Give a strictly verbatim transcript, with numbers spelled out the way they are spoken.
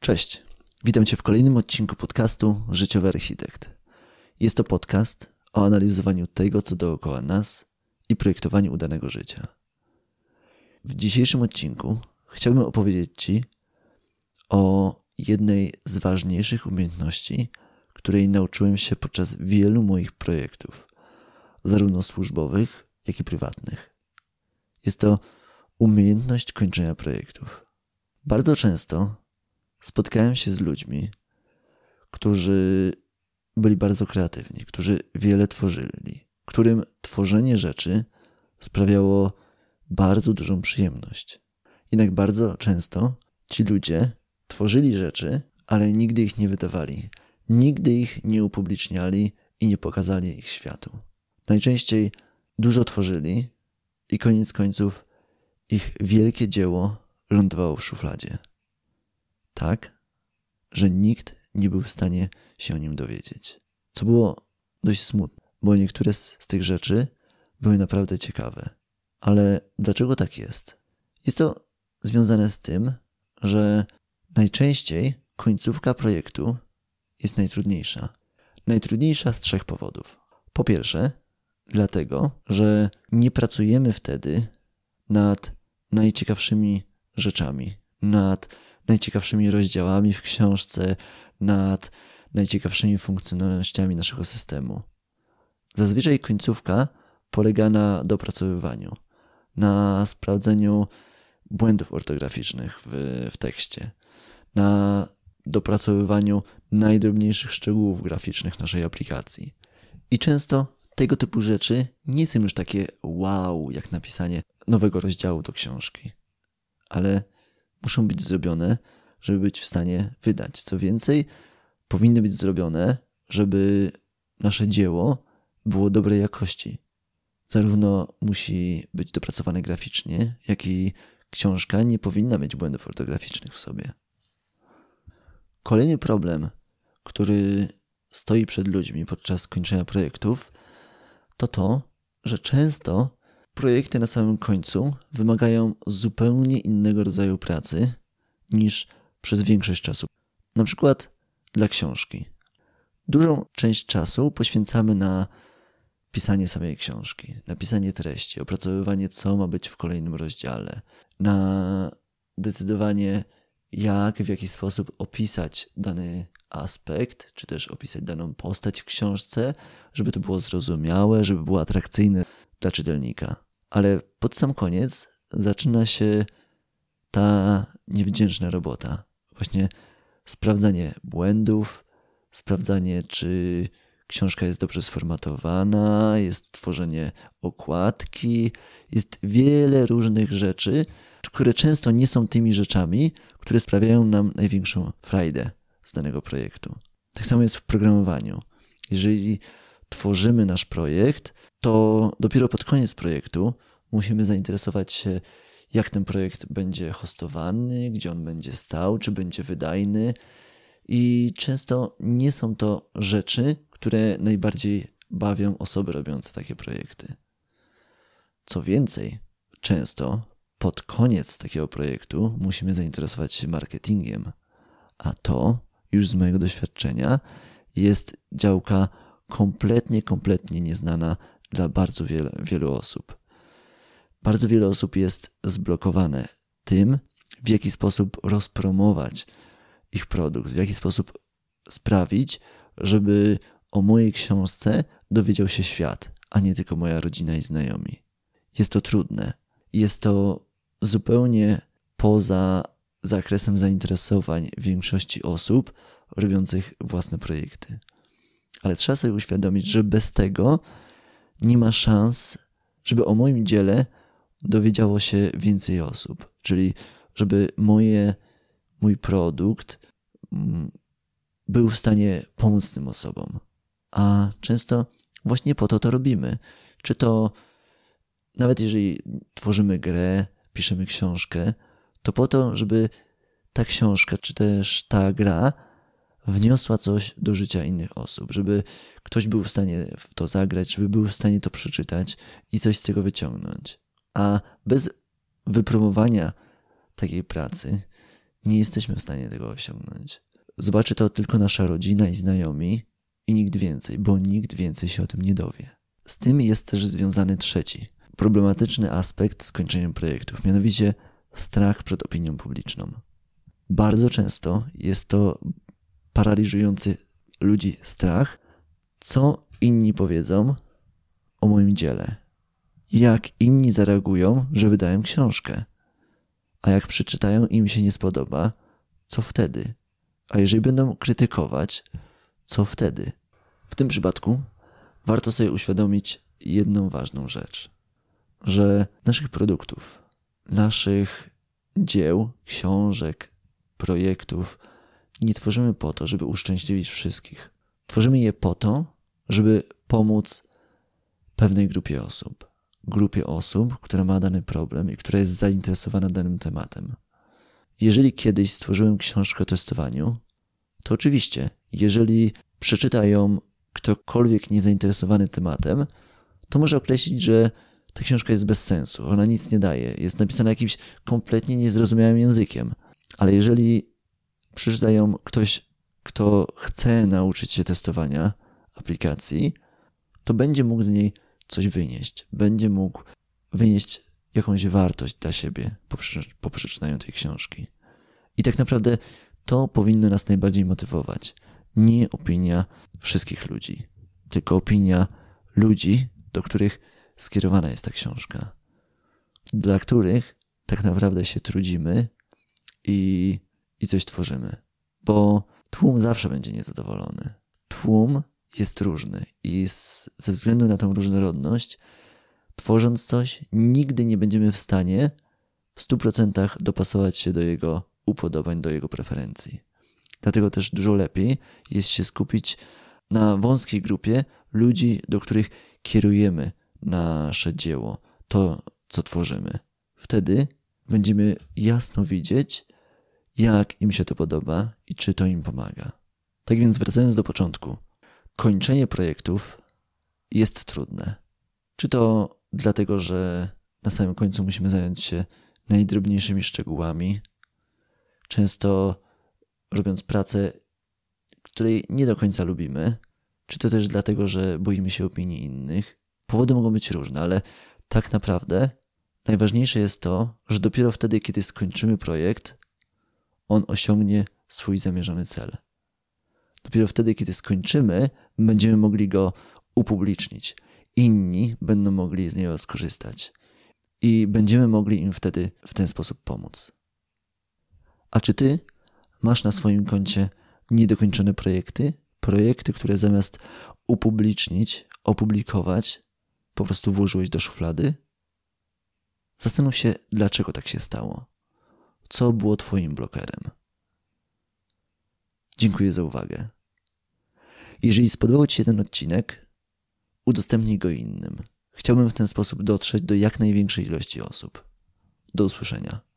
Cześć, witam Cię w kolejnym odcinku podcastu Życiowy Architekt. Jest to podcast o analizowaniu tego, co dookoła nas i projektowaniu udanego życia. W dzisiejszym odcinku chciałbym opowiedzieć Ci o jednej z ważniejszych umiejętności, której nauczyłem się podczas wielu moich projektów, zarówno służbowych, jak i prywatnych. Jest to umiejętność kończenia projektów. Bardzo często spotkałem się z ludźmi, którzy byli bardzo kreatywni, którzy wiele tworzyli, którym tworzenie rzeczy sprawiało bardzo dużą przyjemność. Jednak bardzo często ci ludzie tworzyli rzeczy, ale nigdy ich nie wydawali, nigdy ich nie upubliczniali i nie pokazali ich światu. Najczęściej dużo tworzyli i koniec końców ich wielkie dzieło lądowało w szufladzie. Tak, że nikt nie był w stanie się o nim dowiedzieć. Co było dość smutne, bo niektóre z, z tych rzeczy były naprawdę ciekawe. Ale dlaczego tak jest? Jest to związane z tym, że najczęściej końcówka projektu jest najtrudniejsza. Najtrudniejsza z trzech powodów. Po pierwsze, dlatego, że nie pracujemy wtedy nad najciekawszymi rzeczami, nad najciekawszymi rozdziałami w książce, nad najciekawszymi funkcjonalnościami naszego systemu. Zazwyczaj końcówka polega na dopracowywaniu, na sprawdzeniu błędów ortograficznych w, w tekście, na dopracowywaniu najdrobniejszych szczegółów graficznych naszej aplikacji. I często tego typu rzeczy nie są już takie wow, jak napisanie nowego rozdziału do książki, ale muszą być zrobione, żeby być w stanie wydać. Co więcej, powinny być zrobione, żeby nasze dzieło było dobrej jakości. Zarówno musi być dopracowane graficznie, jak i książka nie powinna mieć błędów ortograficznych w sobie. Kolejny problem, który stoi przed ludźmi podczas kończenia projektów, to to, że często projekty na samym końcu wymagają zupełnie innego rodzaju pracy niż przez większość czasu. Na przykład dla książki. Dużą część czasu poświęcamy na pisanie samej książki, na pisanie treści, opracowywanie, co ma być w kolejnym rozdziale, na decydowanie, jak, w jaki sposób opisać dany aspekt, czy też opisać daną postać w książce, żeby to było zrozumiałe, żeby było atrakcyjne dla czytelnika. Ale pod sam koniec zaczyna się ta niewdzięczna robota. Właśnie sprawdzanie błędów, sprawdzanie, czy książka jest dobrze sformatowana, jest tworzenie okładki, jest wiele różnych rzeczy, które często nie są tymi rzeczami, które sprawiają nam największą frajdę z danego projektu. Tak samo jest w programowaniu. Jeżeli tworzymy nasz projekt, to dopiero pod koniec projektu musimy zainteresować się, jak ten projekt będzie hostowany, gdzie on będzie stał, czy będzie wydajny. I często nie są to rzeczy, które najbardziej bawią osoby robiące takie projekty. Co więcej, często pod koniec takiego projektu musimy zainteresować się marketingiem, a to już z mojego doświadczenia jest działka kompletnie, kompletnie nieznana dla bardzo wiele, wielu osób. Bardzo wiele osób jest zblokowane tym, w jaki sposób rozpromować ich produkt, w jaki sposób sprawić, żeby o mojej książce dowiedział się świat, a nie tylko moja rodzina i znajomi. Jest to trudne. Jest to zupełnie poza zakresem zainteresowań większości osób robiących własne projekty. Ale trzeba sobie uświadomić, że bez tego nie ma szans, żeby o moim dziele dowiedziało się więcej osób. Czyli żeby moje, mój produkt był w stanie pomóc tym osobom. A często właśnie po to to robimy. Czy to nawet jeżeli tworzymy grę, piszemy książkę, to po to, żeby ta książka, czy też ta gra wniosła coś do życia innych osób, żeby ktoś był w stanie w to zagrać, żeby był w stanie to przeczytać i coś z tego wyciągnąć. A bez wypromowania takiej pracy Nie jesteśmy w stanie tego osiągnąć. Zobaczy to tylko nasza rodzina i znajomi i nikt więcej, bo nikt więcej się o tym nie dowie. Z tym jest też związany trzeci, problematyczny aspekt skończenia projektów, mianowicie strach przed opinią publiczną. Bardzo często jest to paraliżujący ludzi strach, co inni powiedzą o moim dziele. Jak inni zareagują, że wydałem książkę. A jak przeczytają i im się nie spodoba, co wtedy? A jeżeli będą krytykować, co wtedy? W tym przypadku warto sobie uświadomić jedną ważną rzecz, że naszych produktów, naszych dzieł, książek, projektów nie tworzymy po to, żeby uszczęśliwić wszystkich. Tworzymy je po to, żeby pomóc pewnej grupie osób. Grupie osób, która ma dany problem i która jest zainteresowana danym tematem. Jeżeli kiedyś stworzyłem książkę o testowaniu, to oczywiście, jeżeli przeczyta ją ktokolwiek niezainteresowany tematem, to może określić, że ta książka jest bez sensu, ona nic nie daje, jest napisana jakimś kompletnie niezrozumiałym językiem. Ale jeżeli przeczyta ją ktoś, kto chce nauczyć się testowania aplikacji, to będzie mógł z niej coś wynieść. Będzie mógł wynieść jakąś wartość dla siebie po przeczytaniu tej książki. I tak naprawdę to powinno nas najbardziej motywować. Nie opinia wszystkich ludzi, tylko opinia ludzi, do których skierowana jest ta książka. Dla których tak naprawdę się trudzimy i, i coś tworzymy. Bo tłum zawsze będzie niezadowolony. Tłum jest różny i z, ze względu na tą różnorodność, tworząc coś, nigdy nie będziemy w stanie w stu procentach dopasować się do jego upodobań, do jego preferencji. Dlatego też dużo lepiej jest się skupić na wąskiej grupie ludzi, do których kierujemy nasze dzieło, to co tworzymy. Wtedy będziemy jasno widzieć, jak im się to podoba i czy to im pomaga. Tak więc wracając do początku, kończenie projektów jest trudne. Czy to dlatego, że na samym końcu musimy zająć się najdrobniejszymi szczegółami, często robiąc pracę, której nie do końca lubimy, czy to też dlatego, że boimy się opinii innych. Powody mogą być różne, ale tak naprawdę najważniejsze jest to, że dopiero wtedy, kiedy skończymy projekt, on osiągnie swój zamierzony cel. Dopiero wtedy, kiedy skończymy, będziemy mogli go upublicznić. Inni będą mogli z niego skorzystać. I będziemy mogli im wtedy w ten sposób pomóc. A czy ty masz na swoim koncie niedokończone projekty? Projekty, które zamiast upublicznić, opublikować, po prostu włożyłeś do szuflady? Zastanów się, dlaczego tak się stało. Co było twoim blokerem? Dziękuję za uwagę. Jeżeli spodobał ci się ten odcinek, udostępnij go innym. Chciałbym w ten sposób dotrzeć do jak największej ilości osób. Do usłyszenia.